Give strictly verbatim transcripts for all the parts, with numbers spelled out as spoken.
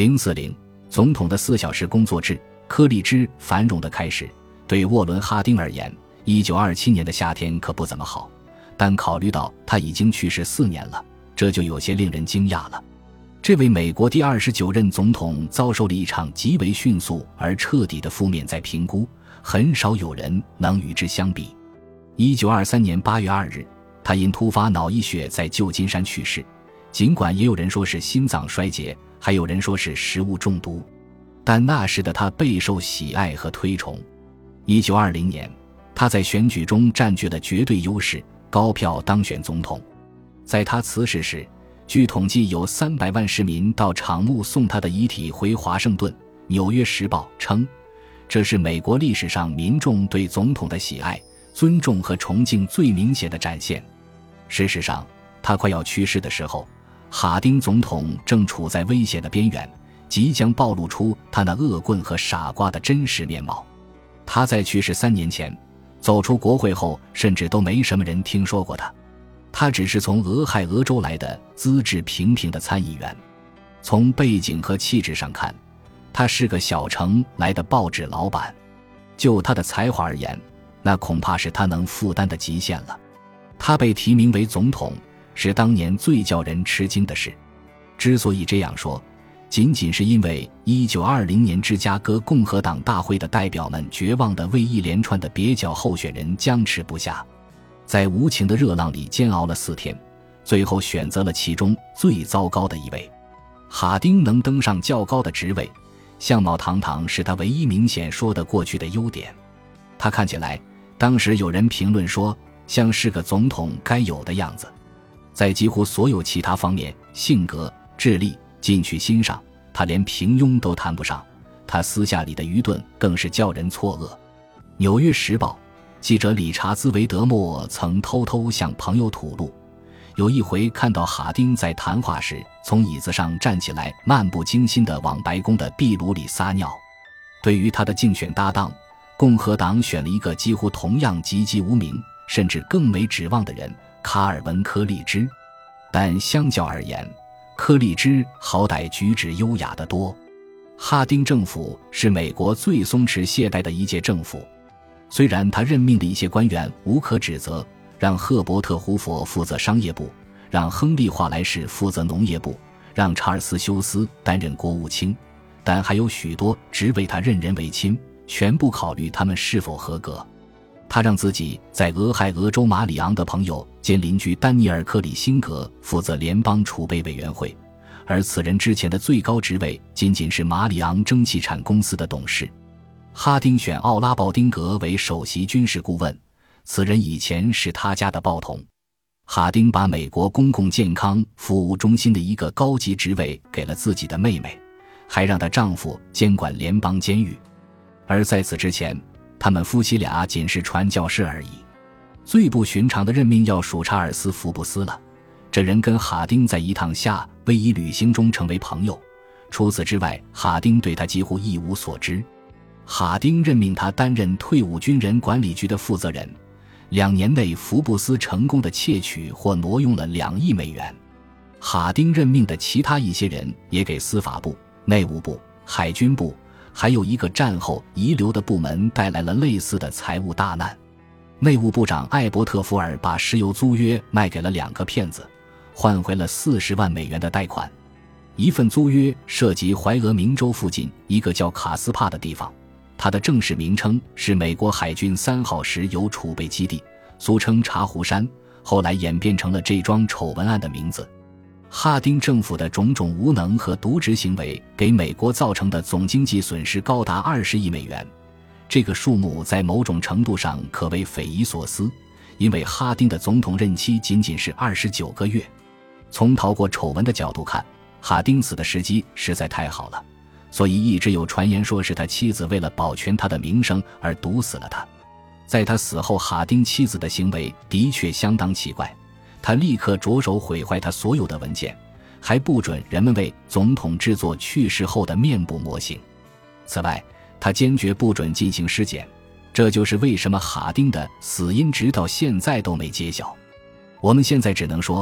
零四零总统的四小时工作制，柯立芝繁荣的开始。对沃伦·哈丁而言，一九二七年的夏天可不怎么好，但考虑到他已经去世四年了，这就有些令人惊讶了。这位美国第二十九任总统遭受了一场极为迅速而彻底的负面再评估，很少有人能与之相比。一九二三年八月二日，他因突发脑溢血在旧金山去世，尽管也有人说是心脏衰竭，还有人说是食物中毒，但那时的他备受喜爱和推崇。一九二零年，他在选举中占据了绝对优势，高票当选总统。在他辞世时，据统计有三百万市民到场目送他的遗体回华盛顿。纽约时报称，这是美国历史上民众对总统的喜爱、尊重和崇敬最明显的展现。事实上，他快要去世的时候，哈丁总统正处在危险的边缘，即将暴露出他那恶棍和傻瓜的真实面貌。他在去世三年前走出国会后，甚至都没什么人听说过他。他只是从俄亥俄州来的资质平平的参议员。从背景和气质上看，他是个小城来的报纸老板。就他的才华而言，那恐怕是他能负担的极限了。他被提名为总统，是当年最叫人吃惊的事。之所以这样说，仅仅是因为一九二零年芝加哥共和党大会的代表们绝望地为一连串的蹩脚候选人僵持不下，在无情的热浪里煎熬了四天，最后选择了其中最糟糕的一位。哈丁能登上较高的职位，相貌堂堂是他唯一明显说得过去的优点。他看起来，当时有人评论说，像是个总统该有的样子。在几乎所有其他方面，性格、智力、进取心上，他连平庸都谈不上。他私下里的愚钝更是叫人错愕。纽约时报记者理查兹·维德莫曾偷偷向朋友吐露，有一回看到哈丁在谈话时从椅子上站起来，漫不经心地往白宫的壁炉里撒尿。对于他的竞选搭档，共和党选了一个几乎同样籍籍无名，甚至更没指望的人，卡尔文·柯立芝。但相较而言，柯立芝好歹举止优雅得多。哈丁政府是美国最松弛懈怠的一届政府，虽然他任命的一些官员无可指责，让赫伯特·胡佛负责商业部，让亨利·华莱士负责农业部，让查尔斯·休斯担任国务卿，但还有许多只为他任人唯亲，全不考虑他们是否合格。他让自己在俄亥俄州马里昂的朋友兼邻居丹尼尔·克里辛格负责联邦储备委员会，而此人之前的最高职位仅仅是马里昂蒸汽产公司的董事。哈丁选奥拉·鲍丁格为首席军事顾问，此人以前是他家的报童。哈丁把美国公共健康服务中心的一个高级职位给了自己的妹妹，还让她丈夫监管联邦监狱。而在此之前，他们夫妻俩仅是传教士而已。最不寻常的任命要数查尔斯·福布斯了，这人跟哈丁在一趟夏威夷旅行中成为朋友，除此之外，哈丁对他几乎一无所知。哈丁任命他担任退伍军人管理局的负责人，两年内福布斯成功地窃取或挪用了两亿美元。哈丁任命的其他一些人也给司法部、内务部、海军部还有一个战后遗留的部门带来了类似的财务大难。内务部长艾伯特·福尔把石油租约卖给了两个骗子，换回了四十万美元的贷款。一份租约涉及怀俄明州附近一个叫卡斯帕的地方，它的正式名称是美国海军三号石油储备基地，俗称茶壶山，后来演变成了这桩丑闻案的名字。哈丁政府的种种无能和渎职行为给美国造成的总经济损失高达二十亿美元，这个数目在某种程度上可谓匪夷所思，因为哈丁的总统任期仅仅是二十九个月。从逃过丑闻的角度看，哈丁死的时机实在太好了，所以一直有传言说是他妻子为了保全他的名声而毒死了他。在他死后，哈丁妻子的行为的确相当奇怪，他立刻着手毁坏他所有的文件，还不准人们为总统制作去世后的面部模型。此外，他坚决不准进行尸检，这就是为什么哈丁的死因直到现在都没揭晓。我们现在只能说，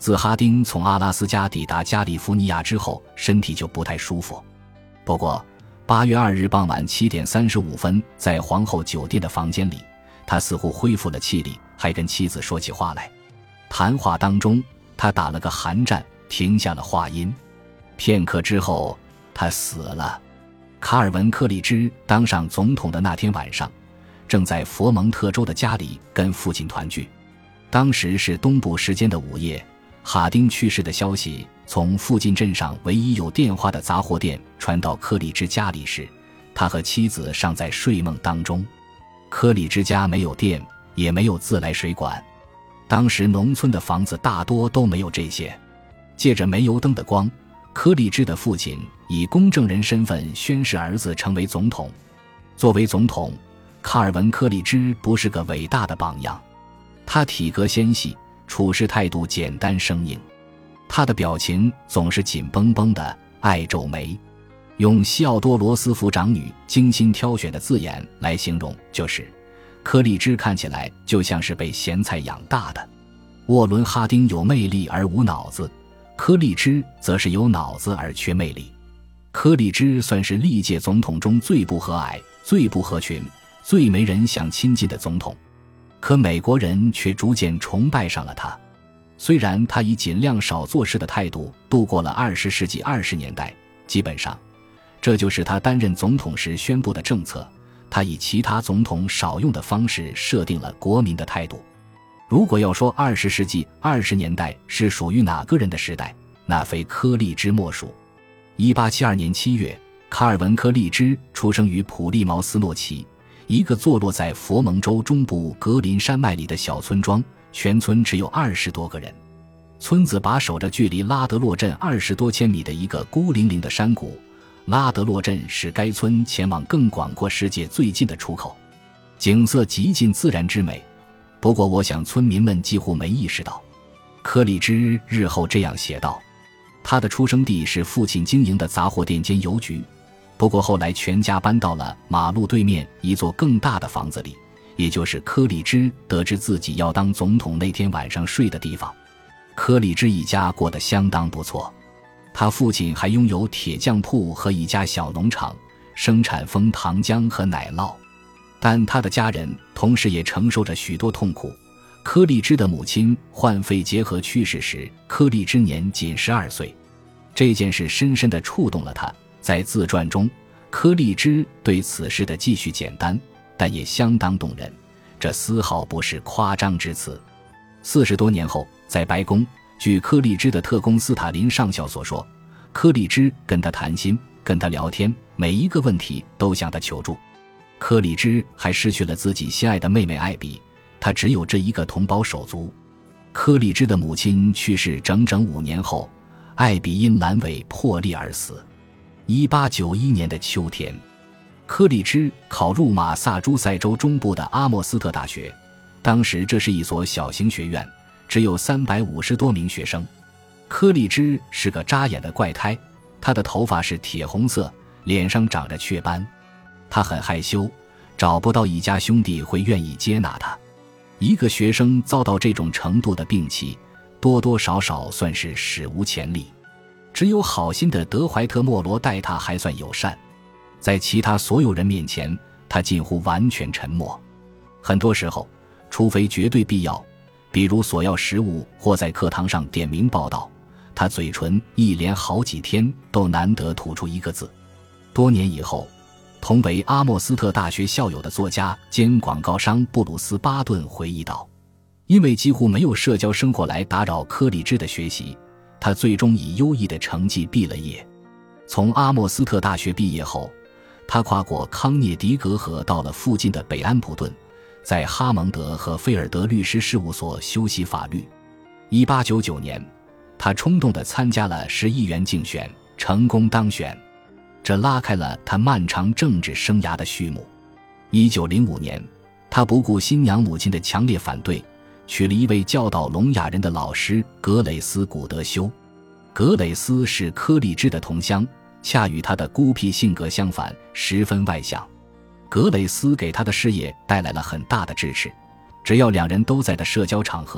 自哈丁从阿拉斯加抵达加利福尼亚之后，身体就不太舒服。不过八月二日傍晚七点三十五分，在皇后酒店的房间里，他似乎恢复了气力，还跟妻子说起话来。谈话当中，他打了个寒战，停下了话音。片刻之后，他死了。卡尔文·柯立芝当上总统的那天晚上，正在佛蒙特州的家里跟父亲团聚。当时是东部时间的午夜，哈丁去世的消息从附近镇上唯一有电话的杂货店传到柯立芝家里时，他和妻子尚在睡梦当中。柯立芝家没有电，也没有自来水管，当时农村的房子大多都没有这些。借着煤油灯的光，柯立芝的父亲以公证人身份宣誓儿子成为总统。作为总统，卡尔文·柯立芝不是个伟大的榜样。他体格纤细，处事态度简单生硬，他的表情总是紧绷绷的，爱皱眉。用西奥多·罗斯福长女精心挑选的字眼来形容，就是柯立芝看起来就像是被咸菜养大的。沃伦·哈丁有魅力而无脑子，柯立芝则是有脑子而缺魅力。柯立芝算是历届总统中最不和蔼、最不合群、最没人想亲近的总统，可美国人却逐渐崇拜上了他。虽然他以尽量少做事的态度度过了二十世纪二十年代，基本上这就是他担任总统时宣布的政策，他以其他总统少用的方式设定了国民的态度。如果要说二十世纪二十年代是属于哪个人的时代，那非柯立芝莫属。一八七二年七月，卡尔文·柯立芝出生于普利茅斯诺奇，一个坐落在佛蒙州中部格林山脉里的小村庄，全村只有二十多个人。村子把守着距离拉德洛镇二十多千米的一个孤零零的山谷，拉德洛镇是该村前往更广阔世界最近的出口，景色极尽自然之美。不过我想村民们几乎没意识到。柯立芝日后这样写道，他的出生地是父亲经营的杂货店兼邮局，不过后来全家搬到了马路对面一座更大的房子里，也就是柯立芝得知自己要当总统那天晚上睡的地方。柯立芝一家过得相当不错，他父亲还拥有铁匠铺和一家小农场，生产枫糖浆和奶酪。但他的家人同时也承受着许多痛苦。柯立芝的母亲患肺结核去世时，柯立芝年仅十二岁。这件事深深地触动了他。在自传中，柯立芝对此事的记叙简单，但也相当动人，这丝毫不是夸张之词。四十多年后，在白宫，据柯立芝的特工斯塔林上校所说，柯立芝跟他谈心，跟他聊天，每一个问题都向他求助。柯立芝还失去了自己心爱的妹妹艾比，他只有这一个同胞手足。柯立芝的母亲去世整整五年后，艾比因阑尾破裂而死。一八九一年的秋天，柯立芝考入马萨诸塞州中部的阿莫斯特大学，当时这是一所小型学院，只有三百五十多名学生。柯立芝是个扎眼的怪胎，他的头发是铁红色，脸上长着雀斑。他很害羞，找不到一家兄弟会愿意接纳他。一个学生遭到这种程度的病气，多多少少算是史无前例。只有好心的德怀特·莫罗待他还算友善，在其他所有人面前，他近乎完全沉默。很多时候，除非绝对必要，比如索要食物或在课堂上点名报道，他嘴唇一连好几天都难得吐出一个字。多年以后，同为阿莫斯特大学校友的作家兼广告商布鲁斯·巴顿回忆道，因为几乎没有社交生活来打扰柯立芝的学习，他最终以优异的成绩毕了业。从阿莫斯特大学毕业后，他跨过康涅狄格河到了附近的北安普顿，在哈蒙德和菲尔德律师事务所修习法律。一八九九年，他冲动地参加了市议员竞选，成功当选，这拉开了他漫长政治生涯的序幕。一九零五年，他不顾新娘母亲的强烈反对，娶了一位教导聋哑人的老师格雷斯·古德修。格雷斯是柯立芝的同乡，恰与他的孤僻性格相反，十分外向。格雷斯给他的事业带来了很大的支持，只要两人都在的社交场合，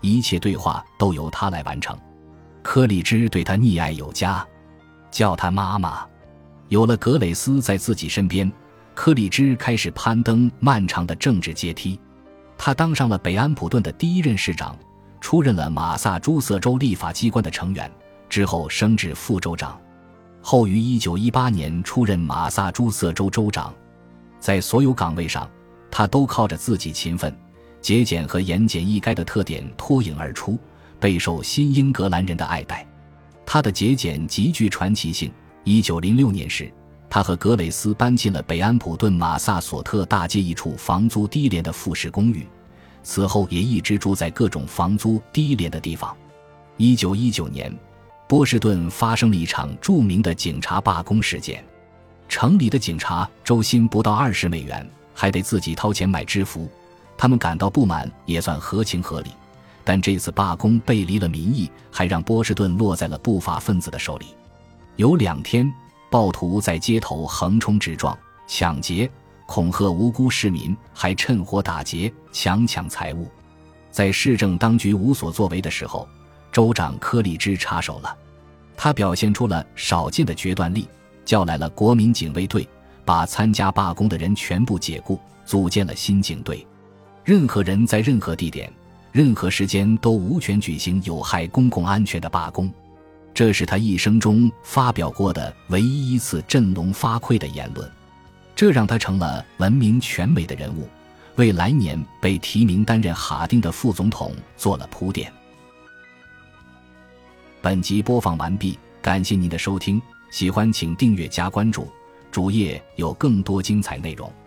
一切对话都由他来完成。柯立芝对他溺爱有加，叫他妈妈。有了格蕾斯在自己身边，柯立芝开始攀登漫长的政治阶梯。他当上了北安普顿的第一任市长，出任了马萨诸塞州立法机关的成员，之后升至副州长，后于一九一八年出任马萨诸塞州州长。在所有岗位上，他都靠着自己勤奋、节俭和言简意赅的特点脱颖而出，备受新英格兰人的爱戴。他的节俭极具传奇性。一九零六年时，他和格蕾斯搬进了北安普顿马萨索特大街一处房租低廉的复式公寓，此后也一直住在各种房租低廉的地方。一九一九年，波士顿发生了一场著名的警察罢工事件，城里的警察周薪不到二十美元，还得自己掏钱买制服，他们感到不满也算合情合理。但这次罢工背离了民意，还让波士顿落在了不法分子的手里。有两天，暴徒在街头横冲直撞、抢劫、恐吓无辜市民，还趁火打劫、强抢财物。在市政当局无所作为的时候，州长柯立芝插手了。他表现出了少见的决断力，叫来了国民警卫队，把参加罢工的人全部解雇，组建了新警队。任何人在任何地点、任何时间都无权举行有害公共安全的罢工。这是他一生中发表过的唯一一次振聋发聩的言论，这让他成了闻名全美的人物，为来年被提名担任哈丁的副总统做了铺垫。本集播放完毕，感谢您的收听，喜欢请订阅加关注，主页有更多精彩内容。